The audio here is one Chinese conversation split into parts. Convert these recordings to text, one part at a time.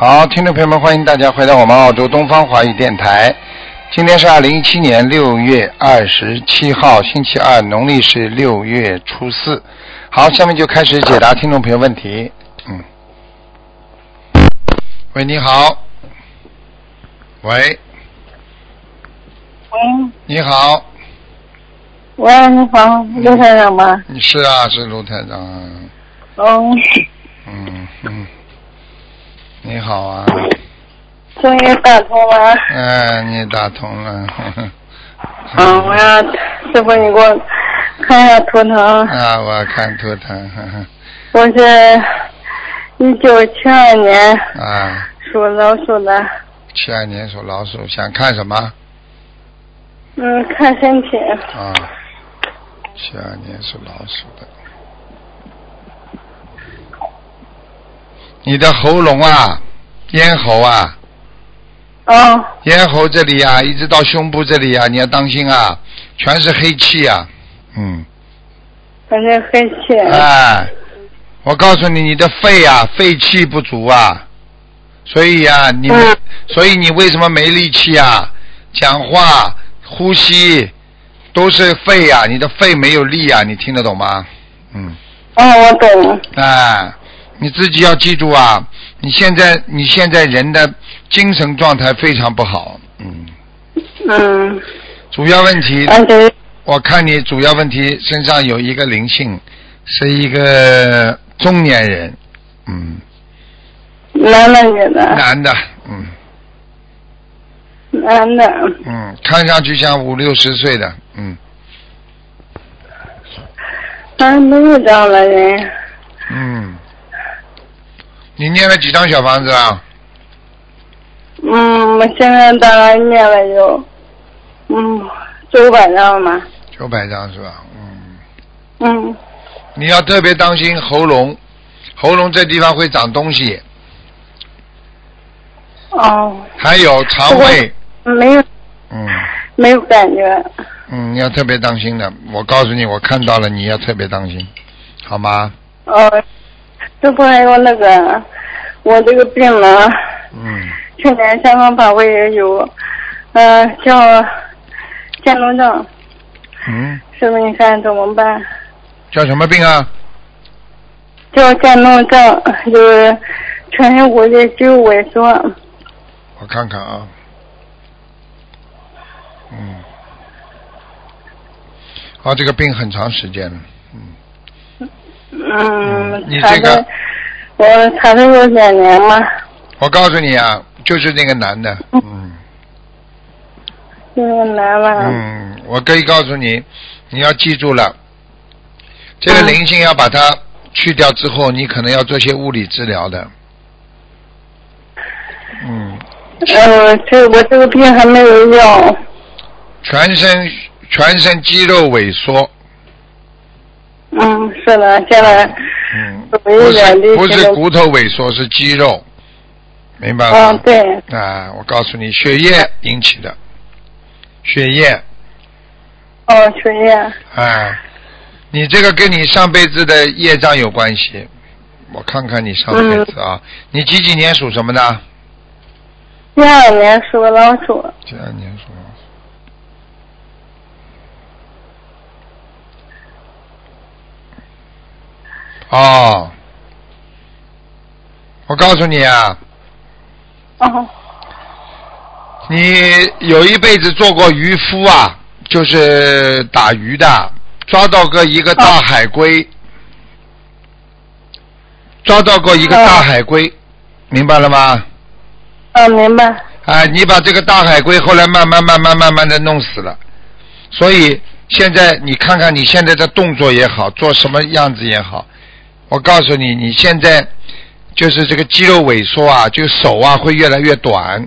好，听众朋友们，欢迎大家回到我们澳洲东方华语电台。今天是2017年6月27号，星期二，农历是6月初四。好，下面就开始解答听众朋友问题。喂，你好。喂。 喂。 你好。 喂，你好，卢台长吗？ 是啊，是卢台长。你好啊。 终于打通了。 你打通了。 我要师傅，你给我看一下图腾。 我看图腾。 我是1972年。属老鼠的。 72年属老鼠，想看什么？ 看身体。 72年属老鼠的。你的喉咙啊，咽喉啊。咽喉这里啊，一直到胸部这里啊，你要当心啊，全是黑气啊。 全是黑气。 我告诉你，你的肺啊，肺气不足啊，所以啊，所以你为什么没力气啊？讲话、呼吸都是肺啊，你的肺没有力啊，你听得懂吗？ 我懂。 你自己要记住啊，你现在人的精神状态非常不好。主要问题，我看你主要问题身上有一个灵性，是一个中年人。 男的女的？ 男的。 男的。 看上去像50、60岁的。 没有这样的人。 你念了几张小房子啊？ 我现在大概念了有900张嘛。 900张是吧？你要特别当心喉咙这地方会长东西。还有肠胃。 没有。没有感觉。 你要特别当心的，我告诉你，我看到了，你要特别当心，好吗？ 师傅还有那个，我这个病呢，去年香港法会也有，叫渐冻症。师傅你看怎么办？ 叫什么病啊？ 叫渐冻症，就是全身骨质肌肉萎缩。 我看看啊。这个病很长时间了。你这个我查的有2年吗？ 我告诉你啊，就是那个男的。 那个男的。 我可以告诉你，你要记住了，这个灵性要把它去掉之后，你可能要做些物理治疗的。 我这个病还没有药。 全身肌肉萎缩。 是的，现在不是骨头萎缩，是肌肉，明白吗？ 对。 我告诉你，血液引起的。血液。 血液。 你这个跟你上辈子的业障有关系。我看看你上辈子啊，你几年属什么的 ？72年属老鼠。 72年属老鼠。我告诉你啊。你有一辈子做过渔夫啊，就是打鱼的，抓到过一个大海龟。明白了吗？ 明白。 你把这个大海龟后来慢慢的弄死了，所以现在你看看你现在的动作也好，做什么样子也好，我告诉你，你现在就是这个肌肉萎缩啊，就手啊会越来越短。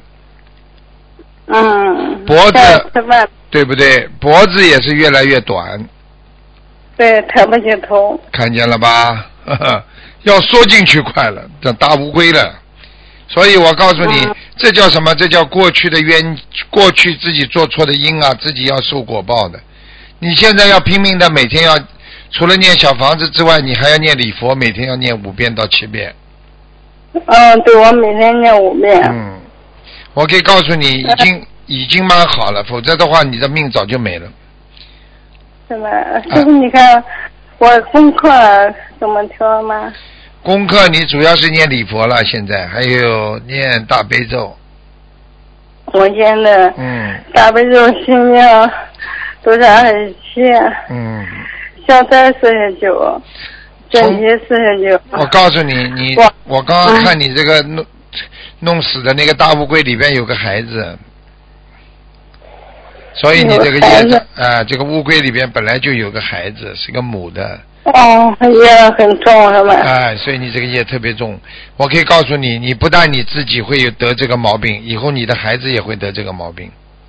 脖子对不对？脖子也是越来越短。 对，抬不起头。看见了吧？要缩进去快了，这大乌龟了。所以我告诉你，这叫什么？这叫过去的过去自己做错的因啊，自己要受果报的。你现在要拼命的，每天要除了念小房子之外，你还要念礼佛，每天要念5遍到7遍。 对，我每天念5遍。 我可以告诉你，已经蛮好了，否则的话，你的命早就没了。 是吧？师傅，你看我功课怎么调吗？ 功课你主要是念礼佛了，现在还有念大悲咒。 我现在大悲咒心经都是27，小灾49，准提49。 我告诉你，我刚刚看你这个弄死的那个大乌龟里边有个孩子，所以你这个业障这个乌龟里边本来就有个孩子，是个母的。 业很重是吧？ 所以你这个业特别重。我可以告诉你，你不但你自己会有得这个毛病，以后你的孩子也会得这个毛病。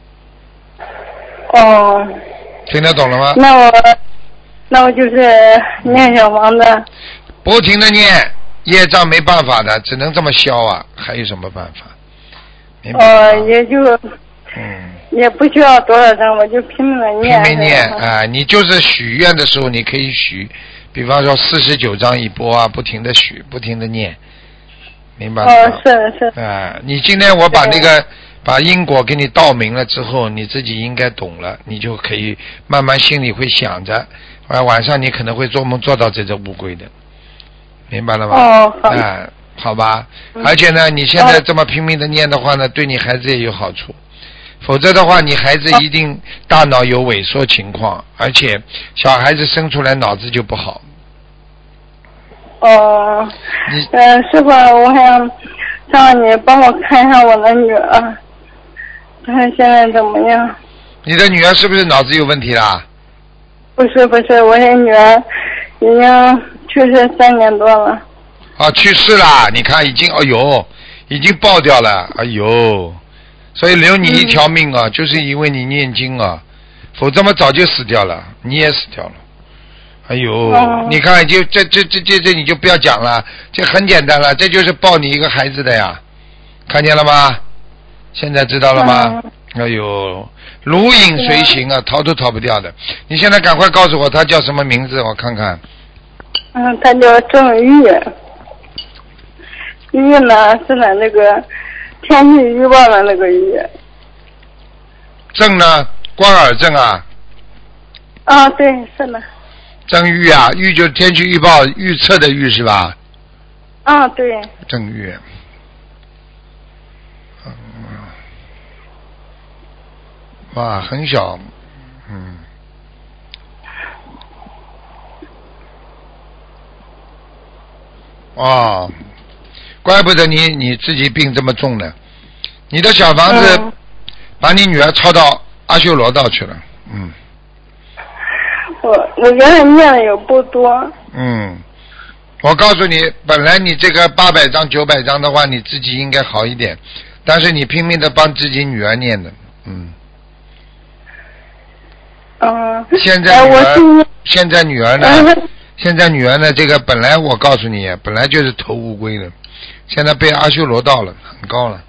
听得懂了吗？ 那我就是念小房子， 不停的念，业障没办法的，只能这么消啊，还有什么办法？明白吗？ 也就也不需要多少张，我就拼命的念。 拼命念你就是许愿的时候，你可以许，比方说49张一波啊，不停的许，不停的念，明白吗？ 是。 你今天我把那个把因果给你道明了之后，你自己应该懂了，你就可以慢慢心里会想着，晚上你可能会做梦做到这只乌龟的，明白了吗？好吧。而且呢，你现在这么拼命的念的话呢，对你孩子也有好处。否则的话，你孩子一定大脑有萎缩情况，而且小孩子生出来脑子就不好。 师傅，我还想让你帮我看一下我的女儿，看现在怎么样。 你的女儿是不是脑子有问题啦？ 不是，我的女儿已经去世3年多了。 去世了，你看已经已经爆掉了，所以留你一条命啊，就是因为你念经啊，否则嘛早就死掉了，你也死掉了。你看就这你就不要讲了，这很简单了，这就是抱你一个孩子的呀，看见了吗？现在知道了吗？如影随形啊，逃都逃不掉的。你现在赶快告诉我他叫什么名字，我看看。 他叫郑玉，玉呢是那个天气预报的那个玉。 郑呢？关尔郑啊？ 对，是的。 郑玉啊，玉就是天气预报预测的预是吧？ 对。 郑玉。哇，很小。怪不得你自己病这么重呢。你的小房子把你女儿抄到阿修罗道去了。 我原来念的也不多。 我告诉你，本来你这个800张900张的话，你自己应该好一点，但是你拼命的帮自己女儿念的。现在女儿呢，这个本来我告诉你，本来就是头乌龟的，现在被阿修罗道了，很高了。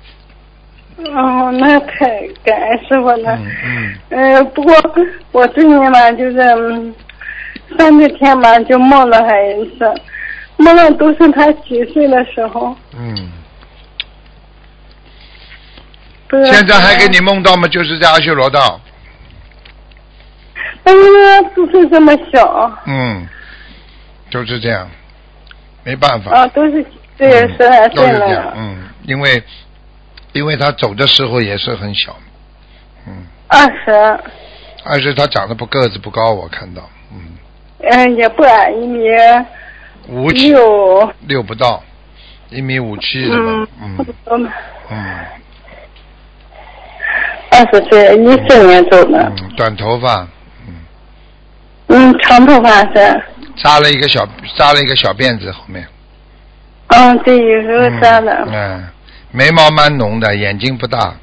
那太感恩师傅了。不过我最近嘛，就是3天嘛，就梦了还一次，梦了都是他几岁的时候。 现在还给你梦到吗？就是在阿修罗道。 但是都是这么小。 就是这样，没办法。 都是对12岁了。 因为他走的时候也是很小。 20 他长得个子不高，我看到。 也不矮 1.57，6不到，1.57米是吧 ？20岁，14年走的。 短头发。 长头发是。 扎了一个小辫子后面。 对，有时候扎的。 眉毛蛮浓的，眼睛不大。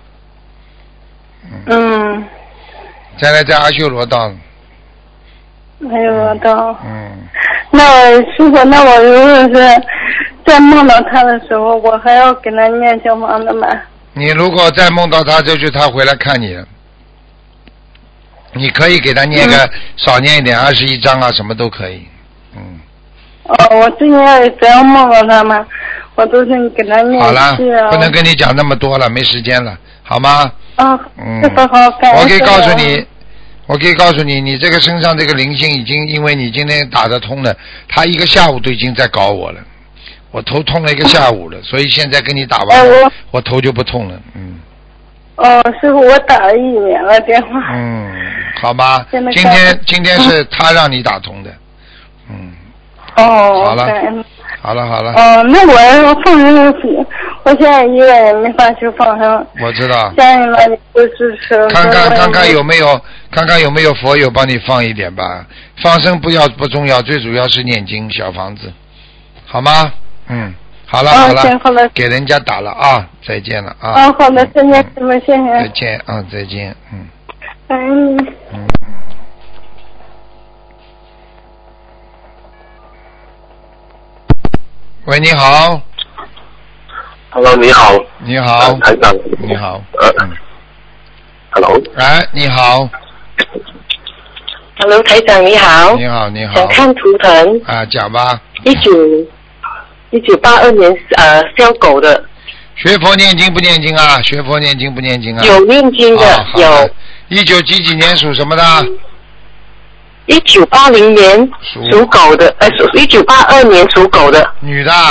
将来在阿修罗道。 阿修罗道。那师傅，那我如果是再梦到他的时候，我还要给他念小房子吗？ 你如果再梦到他，就是他回来看你了。你可以给他念少念一点21章啊，什么都可以。 我最近只要梦到他嘛， 我都是给他念好了， 去啊。 不能跟你讲那么多了，没时间了，好吗？ 啊，好，感恩我可以告诉你，你这个身上这个灵性已经，因为你今天打得通了，他一个下午都已经在搞我了，我头痛了一个下午了，所以现在跟你打完了，我头就不痛了， 师傅，我打了1年了电话。 好吧，今天是他让你打通的，好了，好了。 那我放生，我现在一个人没法去放生。 我知道。 家人们都支持。 看看有没有佛友帮你放一点吧。放生不重要，最主要是念经小房子，好吗？好了，给人家打了啊，再见了啊。 好的，再见，师傅，谢谢。 再见啊，再见， 感恩你。 喂，你好。 Hello， 你好。 你好。 台长。 你好。 Hello。 哎，你好。 Hello， 台长你好。 你好。 想看图腾。 啊，讲吧。 1982年肖狗的。 学佛念经不念经啊？学佛念经不念经啊？ 有念经的，有。 19几年属什么的 ？1980年属狗的，1982年属狗的。 女的。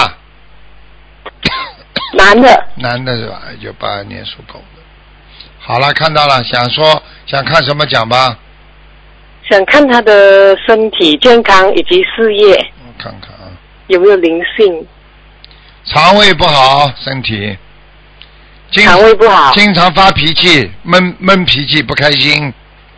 男的。 男的是吧？1982年属狗的。好了，看到了，想看什么讲吧？ 想看他的身体健康以及事业。 我看看啊。 有没有灵性？ 肠胃不好，身体。 肠胃不好。 经常发脾气，闷脾气，不开心。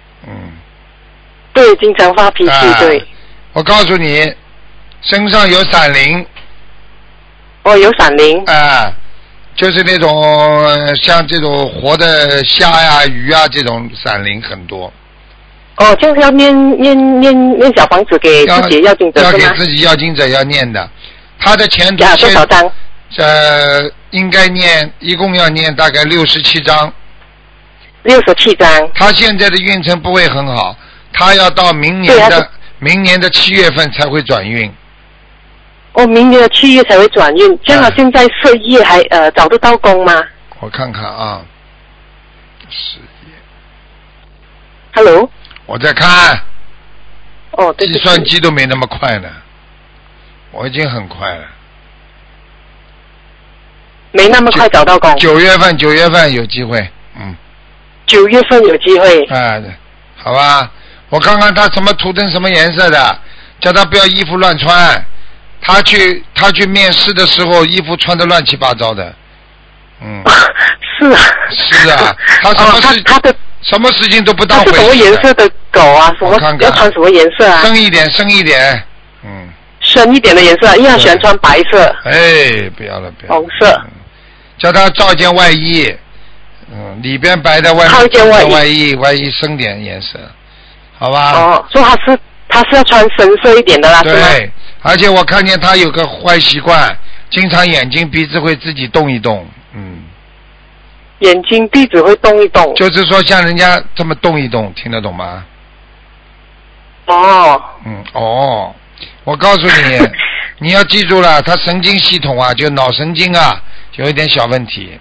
对，经常发脾气，对。 我告诉你，身上有闪灵。 有闪灵。 就是那种像这种活的虾呀、鱼啊这种闪灵很多。 就是要念小房子给自己要经者是吗？ 要给自己要经者要念的，他的前途多少张？ 应该一共要念大概67章。 67章。他现在的运程不会很好，他要到明年的7月份才会转运。 明年的7月才会转运，这样他现在事业还找得到工吗？ 我看看啊，事业。 Hello。 我在看。 对。 计算机都没那么快呢，我已经很快了。 没那么快找到工。 9月份有机会 ，9月份有机会。 好吧，我看看他什么图腾什么颜色的，叫他不要衣服乱穿。他去面试的时候，衣服穿得乱七八糟的。是啊，他什么事情都不当回事。 他是什么颜色的狗啊？ 我看看要穿什么颜色啊？ 深一点。 深一点的颜色，因为他喜欢穿白色。 不要了。 红色。 叫他罩件外衣，里边白的，外面件外衣深点颜色，好吧？ 所以他是要穿深色一点的啦，是吗？ 对，而且我看见他有个坏习惯，经常眼睛鼻子会自己动一动， 眼睛鼻子会动一动， 就是说像人家这么动一动，听得懂吗？我告诉你，你要记住了，他神经系统啊，就脑神经啊，有一点小问题。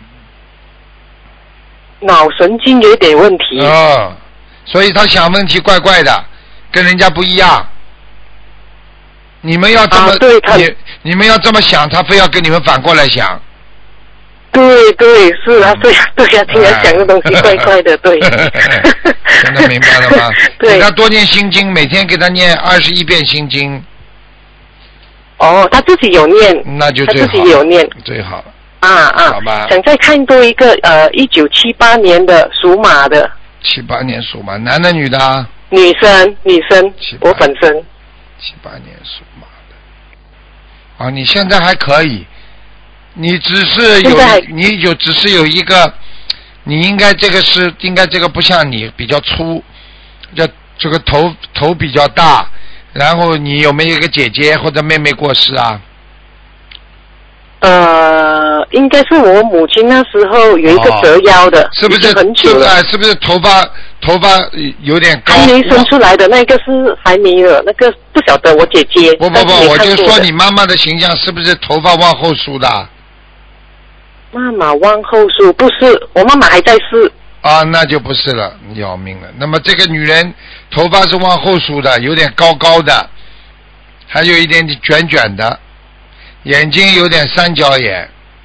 脑神经有一点问题。 所以他想问题怪怪的，跟人家不一样。你们要这么你们要这么想，他非要跟你们反过来想。 对，是啊，对啊，听人讲的东西怪怪的，对。 真的明白了吗？ 对。 给他多念心经，每天给他念21遍心经。 他自己有念。 那就最好。 他自己有念。 最好。 好吧。 想再看多一个1978年的属马的。 78年属马，男的女的啊？ 女生，我本身。 78年属马的。你现在还可以。你只是有一个，你应该这个不像你比较粗，这个头比较大，然后你有没有一个姐姐或者妹妹过世啊？ 应该是我母亲那时候有一个折腰的， 是不是很久了？ 是不是头发有点高？ 还没生出来的那个是还没有，那个不晓得我姐姐。 不，我就说你妈妈的形象是不是头发往后梳的？ 妈妈往后梳不是，我妈妈还在世。 啊，那就不是了，要命了。那么这个女人头发是往后梳的，有点高高的，还有一点点卷卷的，眼睛有点三角眼。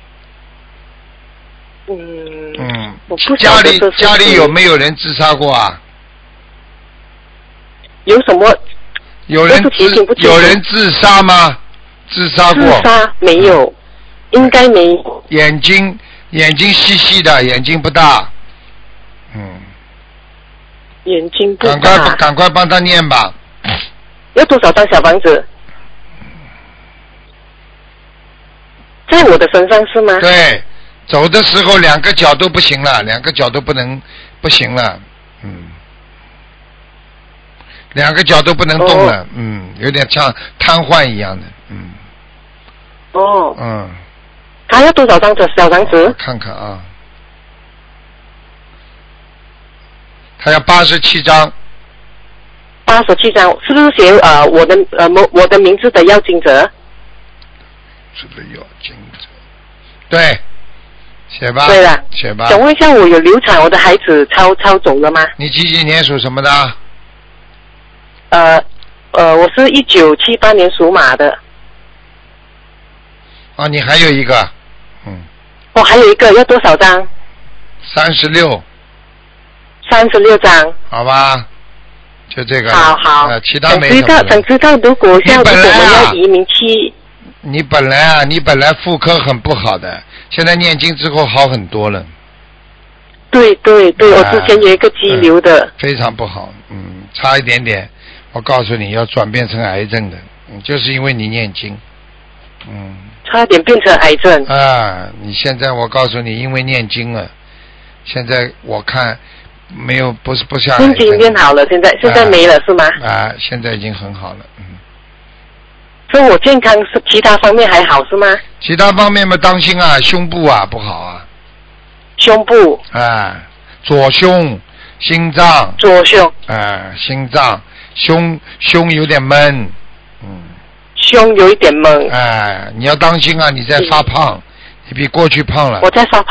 我不晓得家里有没有人自杀过啊？ 有什么？ 有人自杀吗？自杀过？ 自杀没有，应该没有。 眼睛细细的，眼睛不大。 眼睛不大。 赶快帮他念吧。 要多少张小房子？在我的身上是吗？ 对，走的时候两个脚都不行了，两个脚都不行了，两个脚都不能动了，有点像瘫痪一样的， 他要多少张的小房子？ 我看看啊，他要87张。 87张，是不是写我的名字的要经者？ 这个要经者，对，写吧。 对了， 写吧。 想问一下，我有流产，我的孩子超走了吗？ 你几年属什么的？ 我是1978年属马的。 啊，你还有一个， 我还有一个，要多少张 ？36 张。 好吧，就这个。 好。 其他没什么。 想知道如果我们要移民去。 你本来妇科很不好的，现在念经之后好很多了。 对，我之前有一个肌瘤的。 非常不好，差一点点，我告诉你要转变成癌症的，就是因为你念经， 差点变成癌症。 啊，你现在我告诉你，因为念经了，现在我看没有不像癌症。 念经变好了，现在没了是吗？ 啊，现在已经很好了， 所以我健康是其他方面还好是吗？ 其他方面嘛，当心啊，胸部啊不好啊。 胸部。 左胸、心脏。 左胸。 心脏、胸有点闷。 胸有一点闷。 你要当心啊！你在发胖，你比过去胖了。 我在发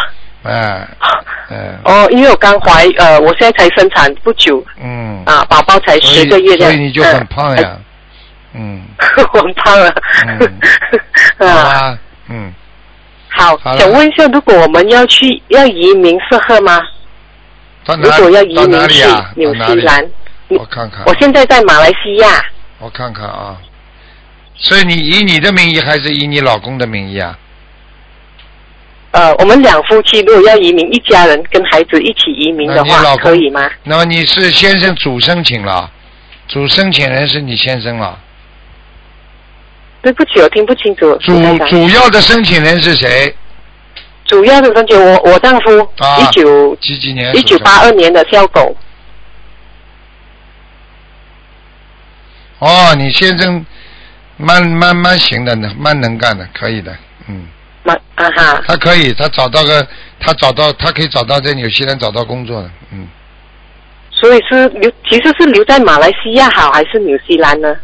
胖。因为我刚怀，我现在才生产不久。宝宝才10个月这样。 所以你就很胖呀。 我很胖了。 好吧。 好，想问一下，如果我们要移民适合吗？如果要移民去纽西兰， 我看看。 我现在在马来西亚。 我看看啊。所以你以你的名义还是以你老公的名义啊？ 我们两夫妻如果要移民，一家人跟孩子一起移民的话，可以吗？ 那么你是先生主申请了，主申请人是你先生了。 对不起，我听不清楚。 主要的申请人是谁？ 主要的申请我丈夫。 几年 ？1982年的小狗。 你先生蛮行的，蛮能干的，可以的，他可以，他可以找到在纽西兰找到工作的， 所以其实是留在马来西亚好还是纽西兰呢？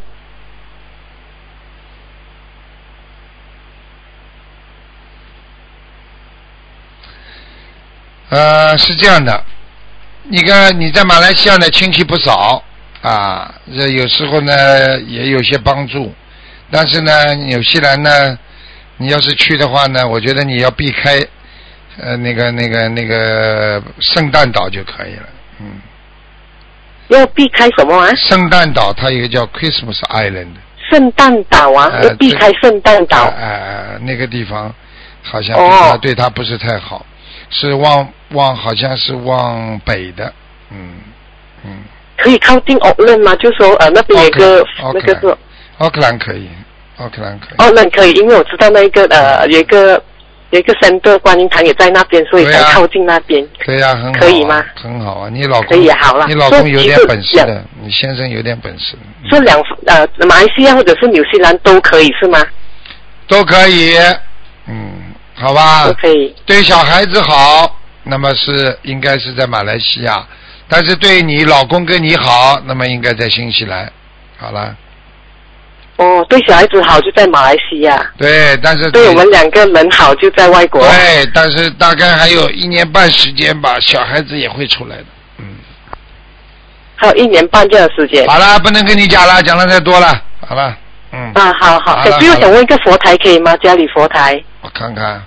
是这样的，你看你在马来西亚呢亲戚不少啊，这有时候呢也有些帮助，但是呢纽西兰呢，你要是去的话呢，我觉得你要避开那个圣诞岛就可以了， 要避开什么啊？ 圣诞岛它有一个叫 Christmas Island。 圣诞岛啊，要避开圣诞岛。 那个地方好像对他不是太好，是好像是往北的， 可以靠近奥克兰吗？就说那边有个那个是。 奥克兰可以。奥克兰可以，因为我知道那个有一个深度观音堂也在那边，所以才靠近那边。 对呀，很好。 可以吗？ 很好啊，你老公可以好了。 你老公有点本事的，你先生有点本事。 说马来西亚或者是纽西兰都可以是吗？ 都可以， 好吧？ 都可以。 对小孩子好，那么应该是在马来西亚，但是对你老公跟你好，那么应该在新西兰。好了。 哦，对小孩子好就在马来西亚。 对，但是对我们两个人好就在外国。 对，但是大概还有1年半时间吧，小孩子也会出来的。 还有1年半这样的时间。 好了，不能跟你讲了，讲的太多了。好了， 好。最后想问一个佛台可以吗？家里佛台。 我看看。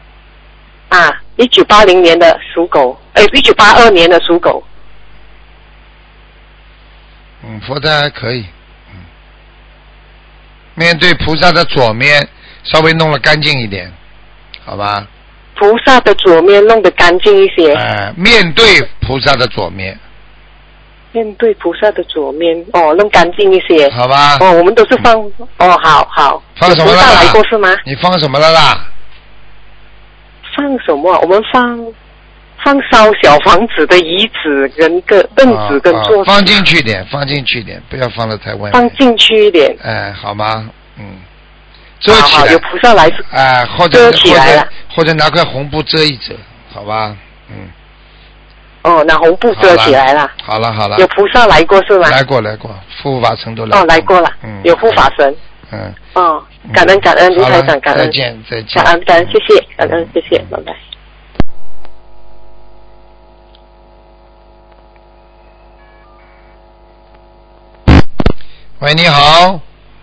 1980年的属狗，1982年的属狗。 佛台还可以。面对菩萨的左面稍微弄得干净一点，好吧？ 菩萨的左面弄得干净一些。 面对菩萨的左面。 面对菩萨的左面，弄干净一些。 好吧。 我们都是放。好。 放什么了啦？ 菩萨来过是吗？ 你放什么了啦？ 放什么？我们放烧小房子的椅子跟个凳子跟桌子。 放进去一点，不要放得太外面。 放进去一点。 好吗？遮起来。 有菩萨来。遮起来了。 或者拿块红布遮一遮，好吧？ 拿红布遮起来了。 好了。 有菩萨来过是吗？ 来过，护法神都来过。 来过了。有护法神。感恩卢台长，感恩。 再见。 感恩，谢谢，感恩，谢谢，拜拜。 喂，你好。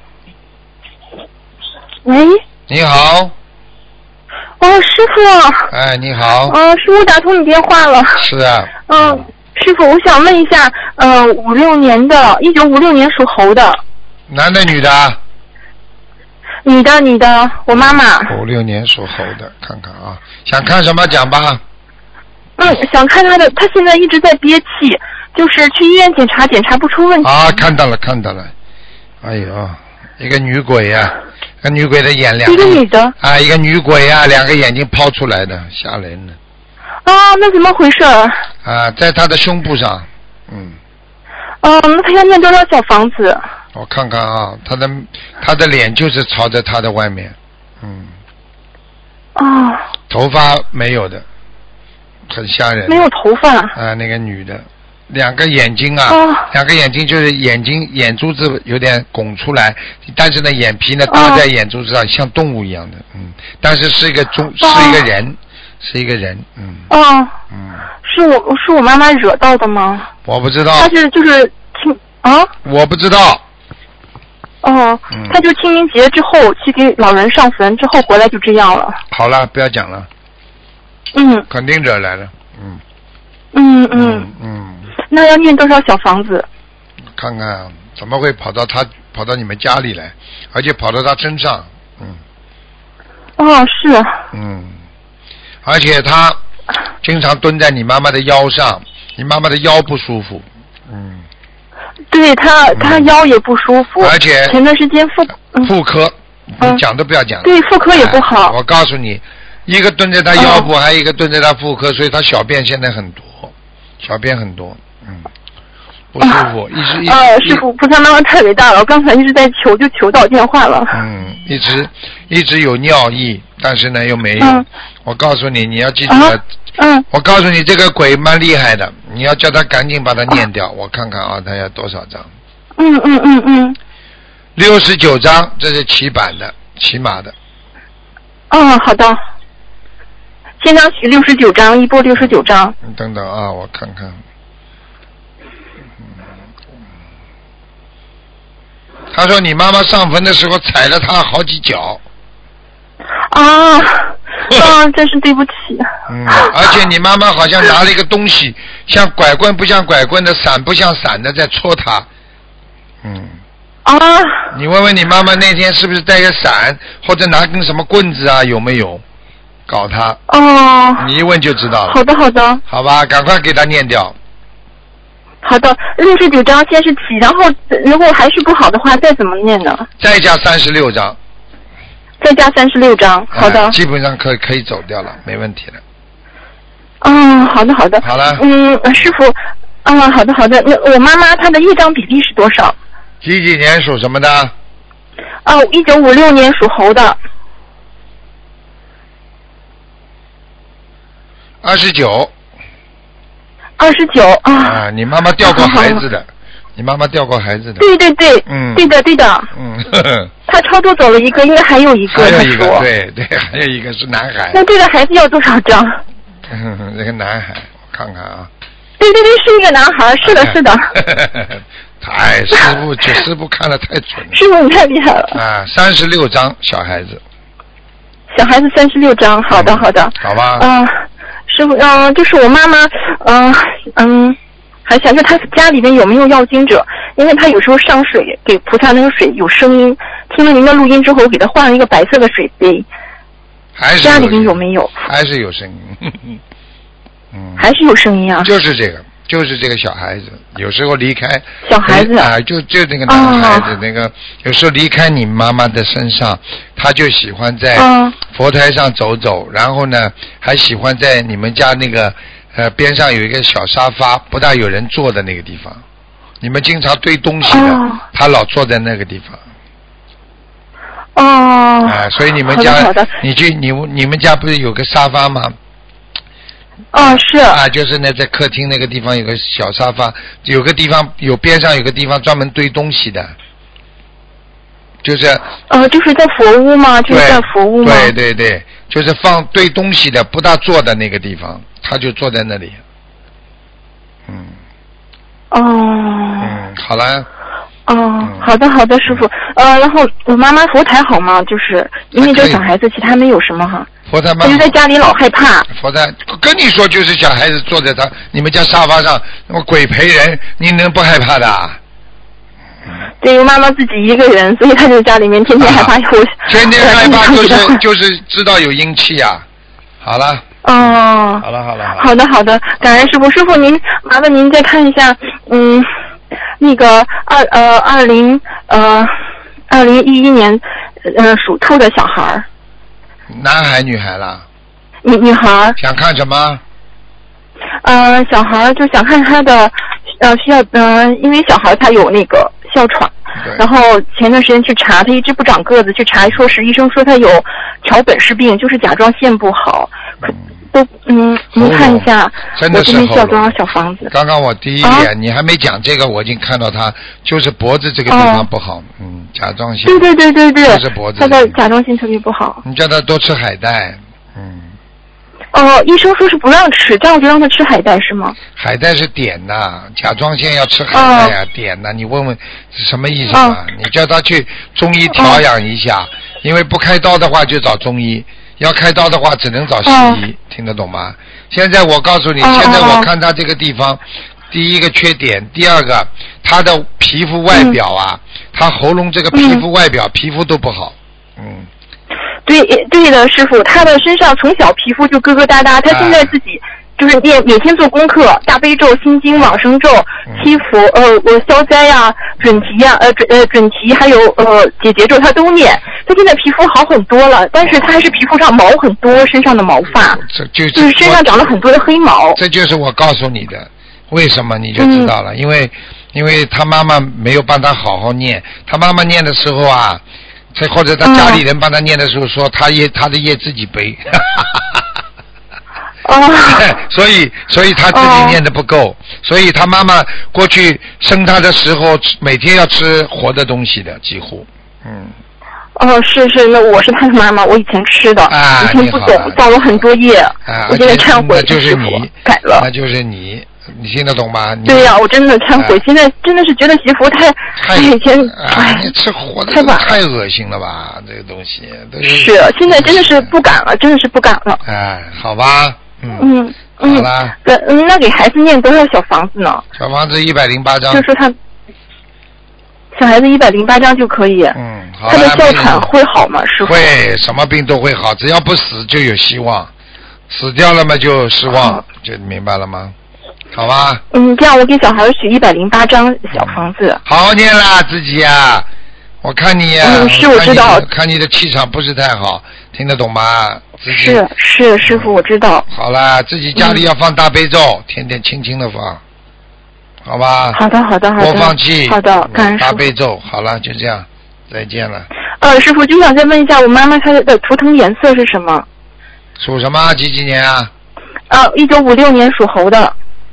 喂。 你好。 师傅。 你好。 师傅打通你电话了。 是啊。 师傅，我想问一下，1956年属猴的。 男的女的？ 女的，我妈妈。 56年属猴的，看看啊，想看什么讲吧。 想看她现在一直在憋气，就是去医院检查不出问题。 看到了。哎呦，一个女鬼呀，个女鬼的眼2个。 一个女的。 一个女鬼呀，2个眼睛抛出来的，吓人的。 那怎么回事？ 在她的胸部上。 那她要念多少小房子？ 我看看啊，她的脸就是朝着她的外面。头发没有的，很吓人。 没有头发。 那个女的，2个眼睛2个眼睛就是眼珠子有点拱出来，但是呢眼皮呢搭在眼珠子上，像动物一样的。但是是一个人。 是我妈妈惹到的吗？ 我不知道。 她就是我不知道。 她就清明节之后去给老人上坟，之后回来就这样了。 好了，不要讲了。肯定惹来了。 那要念多少小房子？ 看看怎么会跑到你们家里来，而且跑到他身上。 是。 而且他经常蹲在你妈妈的腰上，你妈妈的腰不舒服。 对，他腰也不舒服， 而且前段时间妇科，你讲都不要讲。 对，妇科也不好。 我告诉你，一个蹲在他腰部，还有一个蹲在他妇科，所以他小便现在很多，不舒服， 师傅，菩萨妈妈太伟大了，我刚才一直在求，就求到电话了。 一直有尿意，但是呢又没有。我告诉你，你要记住了。我告诉你，这个鬼蛮厉害的，你要叫他赶紧把它念掉。我看看啊，他要多少张？69张，这是起码的。 好的。先张许69张，一波69张。 你等等啊，我看看。他说你妈妈上坟的时候踩了他好几脚。 真是对不起。 而且你妈妈好像拿了一个东西，像拐棍不像拐棍的，伞不像伞的，在戳他。你问问你妈妈那天是不是带个伞，或者拿根什么棍子啊？有没有搞他？你一问就知道了。 好的。 好吧，赶快给他念掉。 好的，69张先是起，然后如果还是不好的话，再怎么念呢？ 再加36张。 再加36张，好的。 基本上可以走掉了，没问题了。 好的。 好了。 师傅，好的。那我妈妈她的业障比例是多少？ 几年属什么的 ？1956年属猴的。 29。 29啊。 啊，你妈妈掉过孩子的。你妈妈掉过孩子的。 对，对的。 呵呵。 他超度走了一个，应该还有一个。 还有一个，对，还有一个是男孩。 那这个孩子要多少张？ 这个男孩，我看看啊。 对，是一个男孩，是的。 师傅看得太准了。 师傅你太厉害了。 啊，36张小孩子。 小孩子36张，好的。 好吧。 师傅，就是我妈妈，还想着她家里面有没有要经者，因为她有时候上水给菩萨那个水有声音，听了您的录音之后，给她换了一个白色的水杯。 还是家里面有没有？ 还是有声音。 还是有声音啊。 就是这个小孩子，有时候离开小孩子啊，就那个男孩子，那个有时候离开你妈妈的身上，他就喜欢在佛台上走走，然后呢，还喜欢在你们家那个边上有一个小沙发，不大有人坐的那个地方，你们经常堆东西的，他老坐在那个地方。所以你们家，你们家不是有个沙发吗？ 是就是在客厅那个地方有个小沙发，有个地方边上有个地方专门堆东西的，就是就是在佛屋吗？就是在佛屋吗？ 对，就是堆东西的，不大坐的那个地方，他就坐在那里。好了。 好的，师傅。然后我妈妈佛台好吗？就是因为这小孩子，其他没有什么哈。 佛台他就在家里老害怕。 佛台跟你说，就是小孩子坐在你们家沙发上，那么鬼陪人，你能不害怕的？ 对，我妈妈自己一个人，所以她就家里面天天害怕。 天天害怕就是知道有阴气啊。好了。好了。 好的，感恩师傅。师傅您麻烦您再看一下，那个2011年属兔的小孩。 男孩女孩啦？ 女孩。 想看什么？ 小孩就想看他的需要因为小孩他有那个哮喘，然后前段时间去查，他一直不长个子，去查说是医生说他有桥本氏病，就是甲状腺不好。您看一下，我这边需要多少小房子？ 刚刚我第一眼你还没讲这个，我已经看到他就是脖子这个地方不好，甲状腺。 对， 就是脖子。 他的甲状腺特别不好。 你叫他多吃海带。 医生说是不让吃，这样就让他吃海带是吗？ 海带是碘呐，甲状腺要吃海带呀，碘呐，你问问是什么意思嘛？你叫他去中医调养一下，因为不开刀的话就找中医，要开刀的话只能找西医，听得懂吗？现在我告诉你，现在我看他这个地方，第一个缺点，第二个他的皮肤外表啊，他喉咙这个皮肤外表皮肤都不好， 对的，师傅，他的身上从小皮肤就疙疙瘩瘩，他现在自己就是每天做功课，大悲咒、心经、往生咒、七佛，消灾呀、准提呀，准提还有解结咒他都念。他现在皮肤好很多了，但是他还是皮肤上毛很多，身上的毛发，就是身上长了很多的黑毛。 这就是我告诉你的，为什么你就知道了，因为他妈妈没有帮他好好念，他妈妈念的时候啊。或者他家里人帮他念的时候说他的业自己背，所以他自己念的不够，所以他妈妈过去生他的时候每天要吃活的东西的，几乎。 是，那我是他的妈妈，我以前吃的，以前不懂，造了很多业，我现在忏悔， 那就是你改了， 那就是你听得懂吗？ 对呀，我真的忏悔，现在真的是觉得媳妇太以前你吃活的太恶心了吧，这个东西是现在真的是不敢了，真的是不敢了。 好吧，好啦。 那给孩子念多少小房子呢？ 小房子108张。 就是他小孩子108张就可以。 好。 他的哮喘会好吗？师傅？ 会，什么病都会好，只要不死就有希望，死掉了嘛就失望，就明白了吗？好吧。 这样我给小孩许108张小房子。 好好念啦，自己呀。我看你呀。 是我知道。 看你的气场不是太好，听得懂吗？ 是师傅，我知道。 好啦，自己家里要放大悲咒，天天轻轻的放，好吧？ 好的。 多放气。 好的，感恩师傅。 大悲咒，好了，就这样，再见了。 师傅就想再问一下，我妈妈她的图腾颜色是什么？ 属什么？几年啊 1956年属猴的。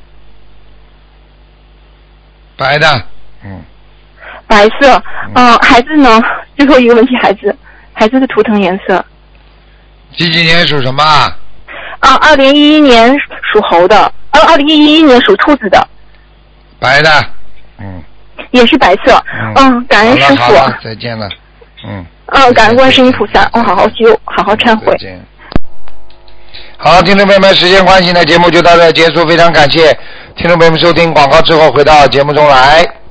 白的， 白色。孩子呢？最后一个问题，孩子的图腾颜色。 几年属什么 ？2011年属猴的，2011年属兔子的。 白的， 也是白色。感恩师傅。 好了，再见了。 感恩观世音菩萨，好好修，好好忏悔。 好，听众朋友们，时间关系呢，节目就到这结束，非常感谢听众朋友们收听广告之后回到节目中来。